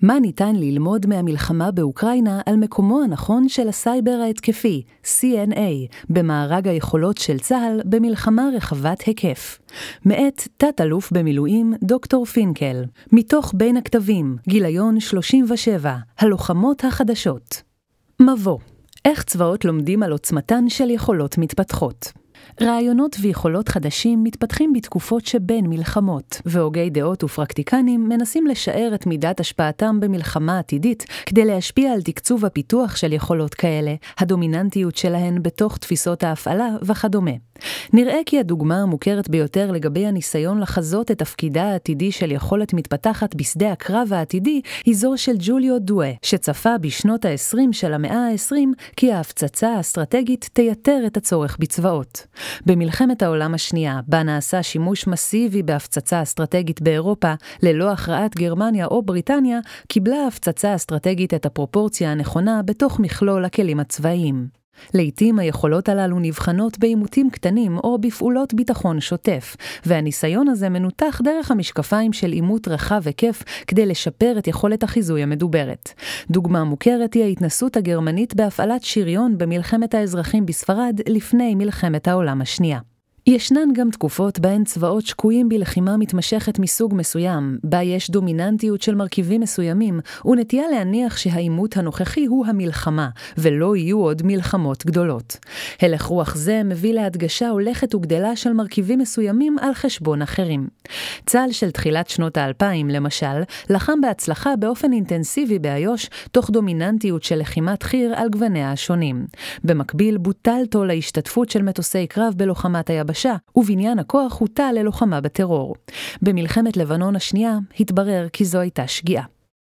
מה ניתן ללמוד מהמלחמה באוקראינה על מקומו הנכון של הסייבר ההתקפי, CNA, במארג היכולות של צה"ל במלחמה רחבת היקף? מאת תת-אלוף במילואים דוקטור פינקל, מתוך בין הכתבים, גיליון 37, הלוחמות החדשות. מבוא, איך צבאות לומדים על עוצמתן של יכולות מתפתחות? רעיונות ויכולות חדשים מתפתחים בתקופות שבין מלחמות, והוגי דעות ופרקטיקנים מנסים לשער את מידת השפעתם במלחמה עתידית כדי להשפיע על תקצוב הפיתוח של יכולות כאלה, הדומיננטיות שלהן בתוך תפיסות ההפעלה וכדומה. נראה כי הדוגמה המוכרת ביותר לגבי הניסיון לחזות את תפקידה העתידי של יכולת מתפתחת בשדה הקרב העתידי היא זו של ג'וליו דואה, שצפה בשנות ה-20 של המאה ה-20 כי ההפצצה האסטרטגית תייתר את הצורך בצבאות. במלחמת העולם השנייה, בה נעשה שימוש מסיבי בהפצצה אסטרטגית באירופה, ללא הכרעת גרמניה או בריטניה, קיבלה ההפצצה האסטרטגית את הפרופורציה הנכונה בתוך מכלול הכלים הצבאיים. לעתים היכולות הללו נבחנות בעימותים קטנים או בפעולות ביטחון שוטף, והניסיון הזה מנותח דרך המשקפיים של עימות רחב היקף כדי לשפר את יכולת החיזוי המדוברת. דוגמה מוכרת היא ההתנסות הגרמנית בהפעלת שריון במלחמת האזרחים בספרד לפני מלחמת העולם השנייה. ישנן גם תקופות בהן צבאות שקועים בלחימה מתמשכת מסוג מסוים, בה יש דומיננטיות של מרכיבים מסוימים, ונטייה להניח שהעימות הנוכחי הוא המלחמה, ולא יהיו עוד מלחמות גדולות. הלך רוח זה מביא להדגשה הולכת וגדלה של מרכיבים מסוימים על חשבון אחרים. צה"ל של תחילת שנות ה-2000, למשל, לחם בהצלחה באופן אינטנסיבי באיו"ש, תוך דומיננטיות של לחימת חי"ר על גווניה השונים. במקביל, בוטל תול ההשתתפות של מטוסי קרב בלוחמת היבשה, ובניין הכוח הוטל ללוחמה בטרור. במלחמת לבנון השנייה התברר כי זו הייתה שגיאה.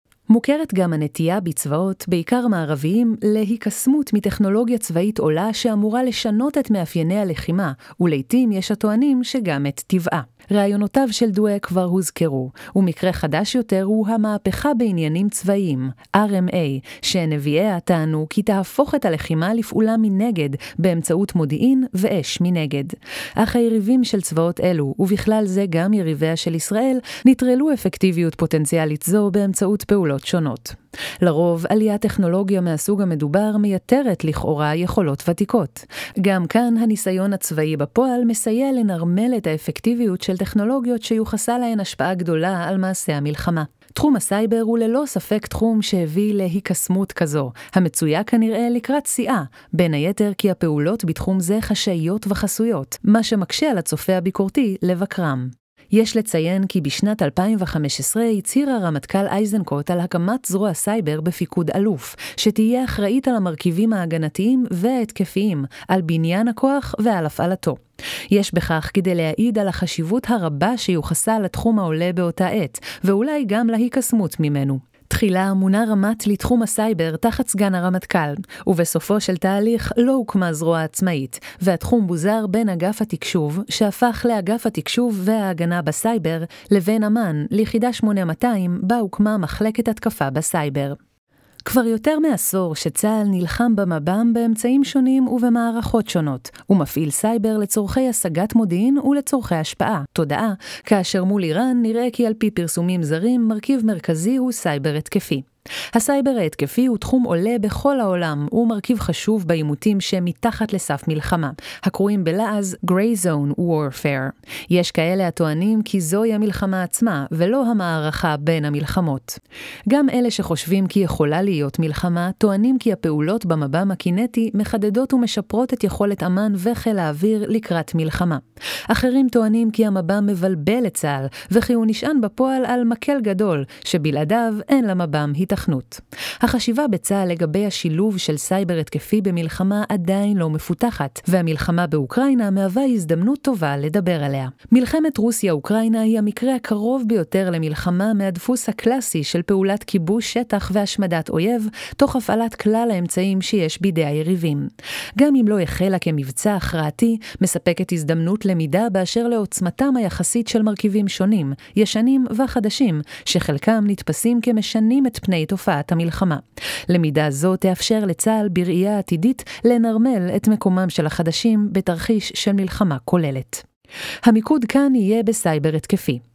מוכרת גם הנטייה בצבאות, בעיקר מערביים, להיקסמות מטכנולוגיה צבאית עולה שאמורה לשנות את מאפייני הלחימה, ולעיתים יש הטוענים שגם את טבעה. רעיונותיו של דואה כבר הוזכרו, ומקרה חדש יותר הוא המהפכה בעניינים צבאיים, RMA, שנביאיה טענו כי תהפוך את הלחימה לפעולה מנגד, באמצעות מודיעין ואש מנגד. אך היריבים של צבאות אלו, ובכלל זה גם יריביה של ישראל, נטרלו אפקטיביות פוטנציאלית זו באמצעות פעולות שונות. לרוב, עליית טכנולוגיה מהסוג המדובר מייתרת לכאורה יכולות ותיקות. גם כאן הניסיון הצבאי בפועל מסייע לנרמל את האפקטיביות של טכנולוגיות שיוחסה להן השפעה גדולה על מעשה המלחמה. תחום הסייבר הוא ללא ספק תחום שהביא להיקסמות כזו, המצויה כנראה לקראת שיאה, בין היתר כי הפעולות בתחום זה חשאיות וחסויות, מה שמקשה על הצופה הביקורתי לבקרם. יש לציין כי בשנת 2015 הצהיר הרמטכ"ל איזנקוט על הקמת זרוע סייבר בפיקוד אלוף, שתהיה אחראית על המרכיבים ההגנתיים וההתקפיים, על בניין הכוח ועל הפעלתו. יש בכך כדי להעיד על החשיבות הרבה שיוחסה לתחום העולה באותה עת, ואולי גם להיקסמות ממנו. תחילה מונה רמת לתחום הסייבר תחת סגן הרמטכ"ל, ובסופו של תהליך לא הוקמה זרוע עצמאית, והתחום בוזר בין אגף התקשוב, שהפך לאגף התקשוב וההגנה בסייבר, לבין אמ"ן, ליחידה 8200, בה הוקמה מחלקת התקפה בסייבר. כבר יותר מעשור שצה"ל נלחם במב"ם באמצעים שונים ובמערכות שונות, ומפעיל סייבר לצורכי השגת מודיעין ולצורכי השפעה, תודעה, כאשר מול איראן נראה כי על פי פרסומים זרים מרכיב מרכזי הוא סייבר התקפי. הסייבר ההתקפי הוא תחום עולה בכל העולם, הוא מרכיב חשוב בעימותים שמתחת לסף מלחמה, הקרויים בלעז Gray Zone Warfare. יש כאלה הטוענים כי זוהי המלחמה עצמה, ולא המערכה בין המלחמות. גם אלה שחושבים כי יכולה להיות מלחמה, טוענים כי הפעולות במב"ם הקינטי מחדדות ומשפרות את יכולת אמ"ן וחיל האוויר לקראת מלחמה. אחרים טוענים כי המב"ם מבלבל את צה"ל, וכי הוא נשען בפועל על מקל גדול, שבלעדיו אין למב"ם התכנות. החשיבה בצה"ל לגבי השילוב של סייבר התקפי במלחמה עדיין לא מפותחת, והמלחמה באוקראינה מהווה הזדמנות טובה לדבר עליה. מלחמת רוסיה-אוקראינה היא המקרה הקרוב ביותר למלחמה מהדפוס הקלאסי של פעולת כיבוש שטח והשמדת אויב, תוך הפעלת כלל האמצעים שיש בידי היריבים. גם אם לא החלה כמבצע הכרעתי, מספקת הזדמנות למידה באשר לעוצמתם היחסית של מרכיבים שונים, ישנים וחדשים, שחלקם נתפסים כמשנים את פני תופעת המלחמה. למידה זו תאפשר לצה"ל בראייה עתידית לנרמל את מקומם של החדשים בתרחיש של מלחמה כוללת. המיקוד כאן יהיה בסייבר התקפי.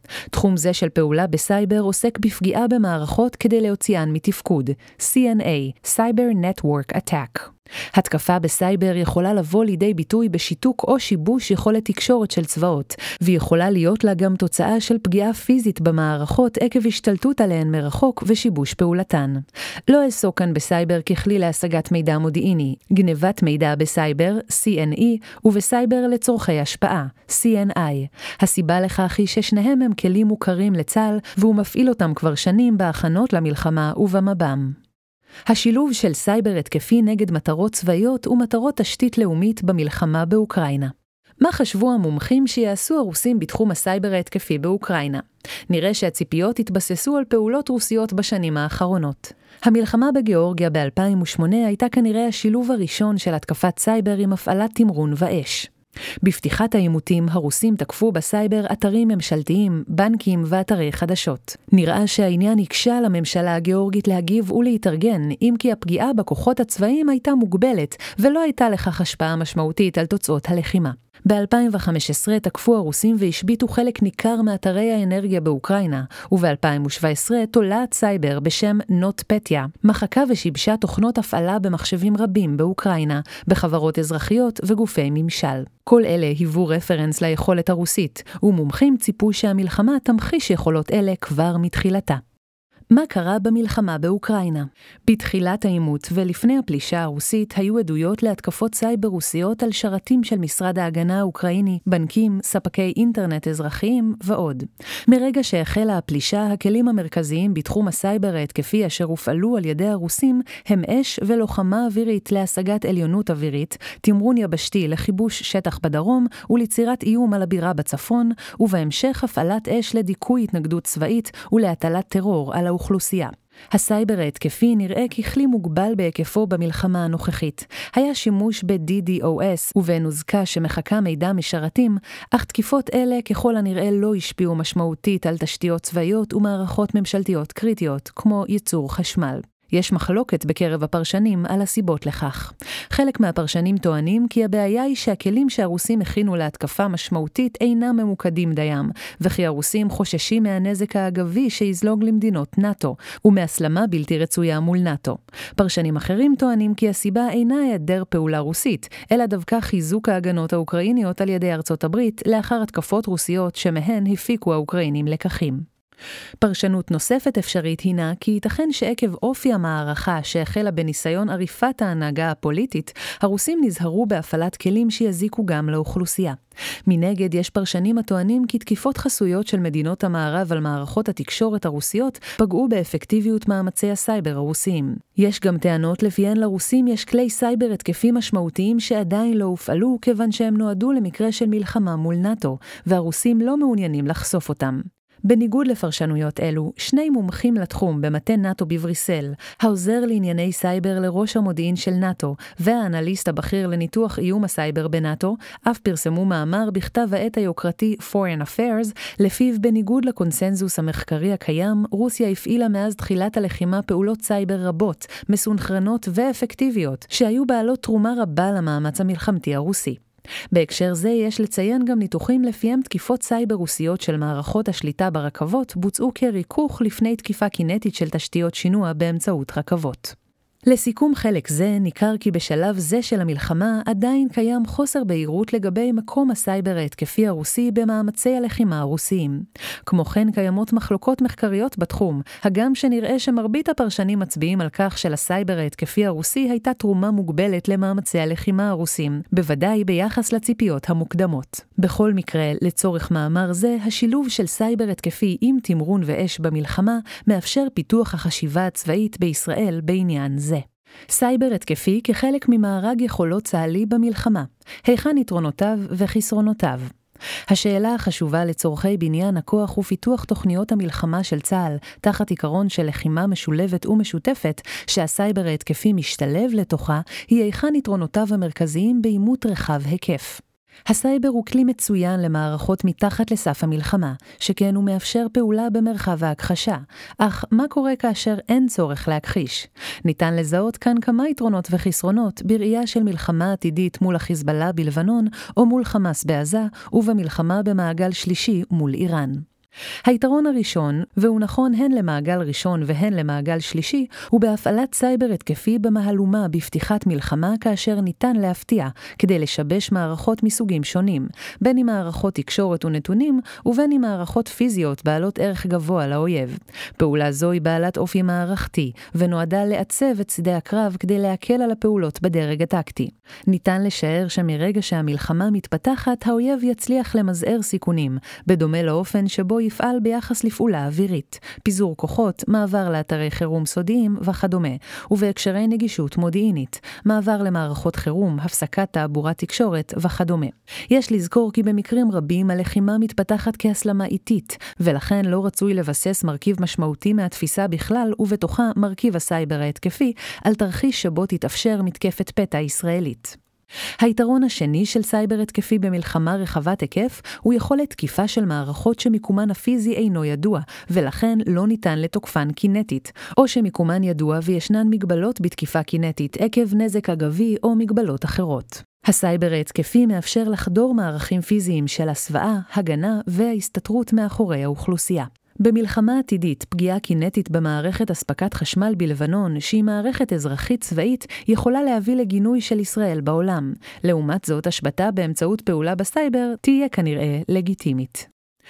תחום זה של פעולה בסייבר עוסק בפגיעה במערכות כדי להוציאן מתפקוד, CNA, Cyber Network Attack. התקפה בסייבר יכולה לבוא לידי ביטוי בשיתוק או שיבוש יכולת תקשורת של צבאות, ויכולה להיות לה גם תוצאה של פגיעה פיזית במערכות עקב השתלטות עליהן מרחוק ושיבוש פעולתן. לא אעסוק כאן בסייבר ככלי להשגת מידע מודיעיני, גנבת מידע בסייבר, CNE, ובסייבר לצורכי השפעה, CNI. הסיבה לכך היא ששניהם הם כלים מוכרים לצה"ל, והוא מפעיל אותם כבר שנים בהכנות למלחמה ובמב"ם. השילוב של סייבר התקפי נגד מטרות צבאיות ומטרות תשתית לאומית במלחמה באוקראינה. מה חשבו המומחים שיעשו הרוסים בתחום הסייבר ההתקפי באוקראינה? נראה שהציפיות התבססו על פעולות רוסיות בשנים האחרונות. המלחמה בגיאורגיה ב-2008 הייתה כנראה השילוב הראשון של התקפת סייבר עם הפעלת תמרון ואש. בפתיחת העימותים הרוסים תקפו בסייבר אתרים ממשלתיים, בנקים ואתרי חדשות. נראה שהעניין הקשה לממשלה הגיאורגית להגיב ולהתארגן, אם כי הפגיעה בכוחות הצבאיים הייתה מוגבלת ולא הייתה לכך השפעה משמעותית על תוצאות הלחימה. ב-2015 תקפו הרוסים והשביתו חלק ניכר מאתרי האנרגיה באוקראינה, וב-2017 תולעת סייבר בשם NotPetya מחקה ושיבשה תוכנות הפעלה במחשבים רבים באוקראינה, בחברות אזרחיות וגופי ממשל. כל אלה היוו רפרנס ליכולת הרוסית, ומומחים ציפו שהמלחמה תמחיש יכולות אלה כבר מתחילתה. מה קרה במלחמה באוקראינה? בתחילת העימות ולפני הפלישה הרוסית היו עדויות להתקפות סייבר רוסיות על שרתים של משרד ההגנה האוקראיני, בנקים, ספקי אינטרנט אזרחיים ועוד. מרגע שהחלה הפלישה, הכלים המרכזיים בתחום הסייבר ההתקפי אשר הופעלו על ידי הרוסים הם אש ולוחמה אווירית להשגת עליונות אווירית, תמרון יבשתי לכיבוש שטח בדרום וליצירת איום על הבירה בצפון, ובהמשך הפעלת אש לדיכוי התנגדות צבאית ולהטלת טרור על האוכלוסייה. הסייבר ההתקפי נראה ככלי מוגבל בהיקפו במלחמה הנוכחית. היה שימוש ב-DDoS ובנוזקה שמחקה מידע משרתים, אך תקיפות אלה ככל הנראה לא השפיעו משמעותית על תשתיות צבאיות ומערכות ממשלתיות קריטיות, כמו ייצור חשמל. יש מחלוקת בקרב הפרשנים על הסיבות לכך. חלק מהפרשנים טוענים כי הבעיה היא שהכלים שהרוסים הכינו להתקפה משמעותית אינם ממוקדים דיים, וכי הרוסים חוששים מהנזק האגבי שיזלוג למדינות נאטו, ומהסלמה בלתי רצויה מול נאטו. פרשנים אחרים טוענים כי הסיבה אינה היעדר פעולה רוסית, אלא דווקא חיזוק ההגנות האוקראיניות על ידי ארצות הברית לאחר התקפות רוסיות שמהן הפיקו האוקראינים לקחים. פרשנות נוספת אפשרית הינה כי ייתכן שעקב אופי המערכה שהחלה בניסיון עריפת ההנהגה הפוליטית, הרוסים נזהרו בהפעלת כלים שיזיקו גם לאוכלוסייה. מנגד יש פרשנים הטוענים כי תקיפות חסויות של מדינות המערב על מערכות התקשורת הרוסיות פגעו באפקטיביות מאמצי הסייבר הרוסיים. יש גם טענות לפיהן לרוסים יש כלי סייבר התקפים משמעותיים שעדיין לא הופעלו כיוון שהם נועדו למקרה של מלחמה מול נאטו, והרוסים לא מעוניינים לחשוף אותם. בניגוד לפרשנויות אלו, שני מומחים לתחום במטה נאטו בבריסל, העוזר לענייני סייבר לראש המודיעין של נאטו והאנליסט הבכיר לניתוח איום הסייבר בנאטו, אף פרסמו מאמר בכתב העת היוקרתי Foreign Affairs, לפיו בניגוד לקונסנזוס המחקרי הקיים, רוסיה הפעילה מאז תחילת הלחימה פעולות סייבר רבות, מסונכרנות ואפקטיביות, שהיו בעלות תרומה רבה למאמץ המלחמתי הרוסי. בהקשר זה יש לציין גם ניתוחים לפיהם תקיפות סייבר רוסיות של מערכות השליטה ברכבות בוצעו כריכוך לפני תקיפה קינטית של תשתיות שינוע באמצעות רכבות. לסיכום חלק זה, ניכר כי בשלב זה של המלחמה עדיין קיים חוסר בהירות לגבי מקום הסייבר ההתקפי הרוסי במאמצי הלחימה הרוסיים. כמו כן קיימות מחלוקות מחקריות בתחום, הגם שנראה שמרבית הפרשנים מצביעים על כך שלסייבר ההתקפי הרוסי הייתה תרומה מוגבלת למאמצי הלחימה הרוסים, בוודאי ביחס לציפיות המוקדמות. בכל מקרה, לצורך מאמר זה, השילוב של סייבר התקפי עם תמרון ואש במלחמה מאפשר פיתוח החשיבה הצבאית בישראל בעניין זה. סייבר התקפי כחלק ממארג יכולות צה"לי במלחמה, היכן יתרונותיו וחסרונותיו. השאלה החשובה לצורכי בניין הכוח ופיתוח תוכניות המלחמה של צה"ל, תחת עיקרון של לחימה משולבת ומשותפת, שהסייבר ההתקפי משתלב לתוכה, היא היכן יתרונותיו המרכזיים בעימות רחב היקף. הסייבר הוא כלי מצוין למערכות מתחת לסף המלחמה, שכן הוא מאפשר פעולה במרחב ההכחשה. אך מה קורה כאשר אין צורך להכחיש? ניתן לזהות כאן כמה יתרונות וחסרונות בראייה של מלחמה עתידית מול החיזבאללה בלבנון, או מול חמאס בעזה, ובמלחמה במעגל שלישי מול איראן. היתרון הראשון, והוא נכון הן למעגל ראשון והן למעגל שלישי, הוא בהפעלת סייבר התקפי במהלומה בפתיחת מלחמה כאשר ניתן להפתיע, כדי לשבש מערכות מסוגים שונים, בין עם מערכות תקשורת ונתונים, ובין עם מערכות פיזיות בעלות ערך גבוה לאויב. פעולה זו היא בעלת אופי מערכתי, ונועדה לעצב את שדה הקרב כדי להקל על הפעולות בדרג הטקטי. ניתן לשער שמרגע שהמלחמה מתפתחת, האויב יצליח למזער סיכונים, בדומה לאופן שבו יפעל ביחס לפעולה אווירית, פיזור כוחות, מעבר לאתרי חירום סודיים וכדומה, ובהקשרי נגישות מודיעינית, מעבר למערכות חירום, הפסקת תעבורת תקשורת וכדומה. יש לזכור כי במקרים רבים הלחימה מתפתחת כהסלמה איטית, ולכן לא רצוי לבסס מרכיב משמעותי מהתפיסה בכלל, ובתוכה מרכיב הסייבר ההתקפי, על תרחיש שבו תתאפשר מתקפת פתע ישראלית. היתרון השני של סייבר התקפי במלחמה רחבת היקף הוא יכולת תקיפה של מערכות שמיקומן הפיזי אינו ידוע, ולכן לא ניתן לתוקפן קינטית, או שמיקומן ידוע וישנן מגבלות בתקיפה קינטית עקב נזק אגבי או מגבלות אחרות. הסייבר ההתקפי מאפשר לחדור מערכים פיזיים של הסוואה, הגנה וההסתתרות מאחורי האוכלוסייה. במלחמה עתידית, פגיעה קינטית במערכת אספקת חשמל בלבנון, שהיא מערכת אזרחית צבאית, יכולה להביא לגינוי של ישראל בעולם. לעומת זאת, השבתה באמצעות פעולה בסייבר תהיה כנראה לגיטימית.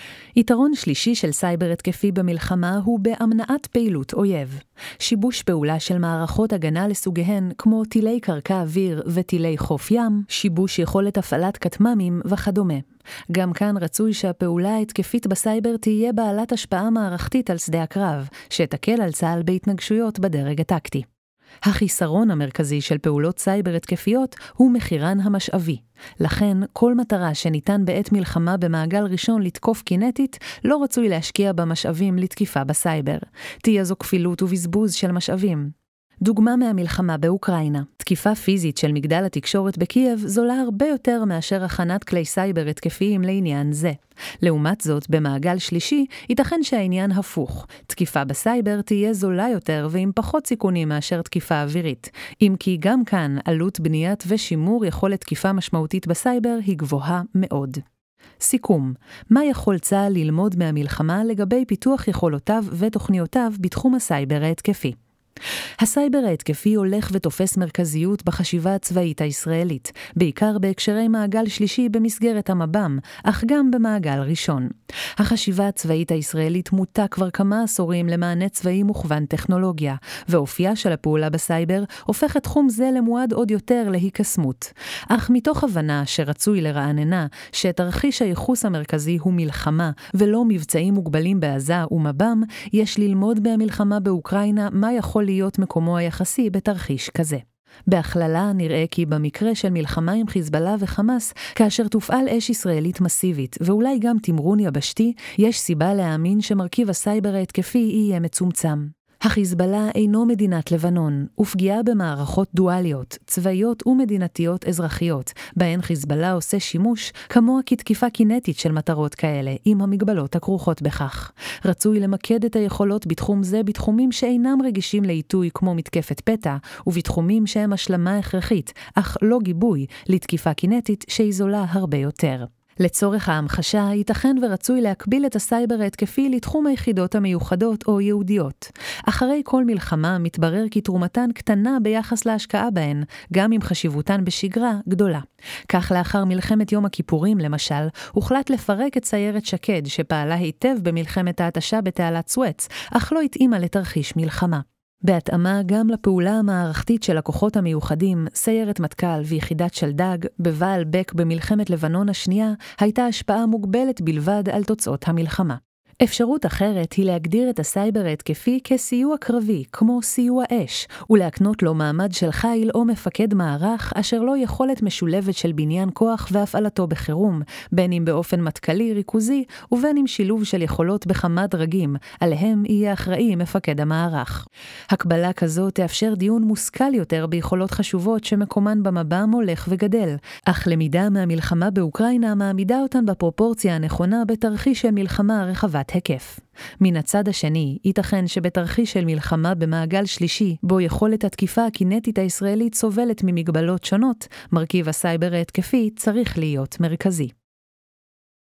יתרון שלישי של סייבר התקפי במלחמה הוא בהמנעת פעילות אויב. שיבוש פעולה של מערכות הגנה לסוגיהן כמו טילי קרקע אוויר וטילי חוף ים, שיבוש יכולת הפעלת כטמ"מים וכדומה. גם כאן רצוי שהפעולה ההתקפית בסייבר תהיה בעלת השפעה מערכתית על שדה הקרב, שתקל על צה"ל בהתנגשויות בדרג הטקטי. החיסרון המרכזי של פעולות סייבר התקפיות הוא מחירן המשאבי. לכן, כל מטרה שניתן בעת מלחמה במעגל ראשון לתקוף קינטית, לא רצוי להשקיע במשאבים לתקיפה בסייבר. תהיה זו כפילות ובזבוז של משאבים. דוגמה מהמלחמה באוקראינה. תקיפה פיזית של מגדל התקשורת בקייב זולה הרבה יותר מאשר הכנת כלי סייבר התקפיים לעניין זה. לעומת זאת, במעגל שלישי, ייתכן שהעניין הפוך. תקיפה בסייבר תהיה זולה יותר ועם פחות סיכונים מאשר תקיפה אווירית. אם כי גם כאן עלות בניית ושימור יכולת תקיפה משמעותית בסייבר היא גבוהה מאוד. סיכום, מה יכול צה"ל ללמוד מהמלחמה לגבי פיתוח יכולותיו ותוכניותיו בתחום הסייבר ההתקפי? הסייבר ההתקפי הולך ותופס מרכזיות בחשיבה הצבאית הישראלית, בעיקר בהקשרי מעגל שלישי במסגרת המב"ם, אך גם במעגל ראשון. החשיבה הצבאית הישראלית מוטה כבר כמה עשורים למענה צבאי מוכוון טכנולוגיה, ואופייה של הפעולה בסייבר הופך את תחום זה למועד עוד יותר להיקסמות. אך מתוך הבנה שרצוי לרעננה שתרחיש הייחוס המרכזי הוא מלחמה ולא מבצעים מוגבלים בעזה ומב"ם, יש ללמוד מהמלחמה באוקראינה מה יכול להיות מקומו היחסי בתרחיש כזה. בהכללה נראה כי במקרה של מלחמה עם חיזבאללה וחמאס, כאשר תופעל אש ישראלית מסיבית ואולי גם תמרון יבשתי, יש סיבה להאמין שמרכיב הסייבר ההתקפי יהיה מצומצם. החיזבאללה אינו מדינת לבנון, ופגיעה במערכות דואליות, צבאיות ומדינתיות אזרחיות, בהן חיזבאללה עושה שימוש כמוה כתקיפה קינטית של מטרות כאלה, עם המגבלות הכרוכות בכך. רצוי למקד את היכולות בתחום זה בתחומים שאינם רגישים לעיתוי כמו מתקפת פתע, ובתחומים שהם השלמה הכרחית, אך לא גיבוי, לתקיפה קינטית שהיא זולה הרבה יותר. לצורך ההמחשה, ייתכן ורצוי להקביל את הסייבר ההתקפי לתחום היחידות המיוחדות או יהודיות. אחרי כל מלחמה מתברר כי תרומתן קטנה ביחס להשקעה בהן, גם אם חשיבותן בשגרה גדולה. כך לאחר מלחמת יום הכיפורים, למשל, הוחלט לפרק את סיירת שקד שפעלה היטב במלחמת ההתשה בתעלת סואץ, אך לא התאימה לתרחיש מלחמה. בהתאמה גם לפעולה המערכתית של הכוחות המיוחדים, סיירת מטכ"ל ויחידת שלדג, בבעל בק במלחמת לבנון השנייה, הייתה השפעה מוגבלת בלבד על תוצאות המלחמה. אפשרות אחרת היא להגדיר את הסייבר ההתקפי כסיוע קרבי, כמו סיוע אש, ולהקנות לו מעמד של חיל או מפקד מערך, אשר לו יכולת משולבת של בניין כוח והפעלתו בחירום, בין אם באופן מטכ"לי ריכוזי, ובין אם שילוב של יכולות בכמה דרגים, עליהם יהיה אחראי מפקד המערך. הקבלה כזו תאפשר דיון מושכל יותר ביכולות חשובות שמקומן במב"ם הולך וגדל, אך למידה מהמלחמה באוקראינה מעמידה אותן בפרופורציה הנכונה בתרחיש של מלחמה רחבת היקף. מן הצד השני, ייתכן שבתרחיש של מלחמה במעגל שלישי, בו יכולת התקיפה הקינטית הישראלית סובלת ממגבלות שונות, מרכיב הסייבר ההתקפי צריך להיות מרכזי.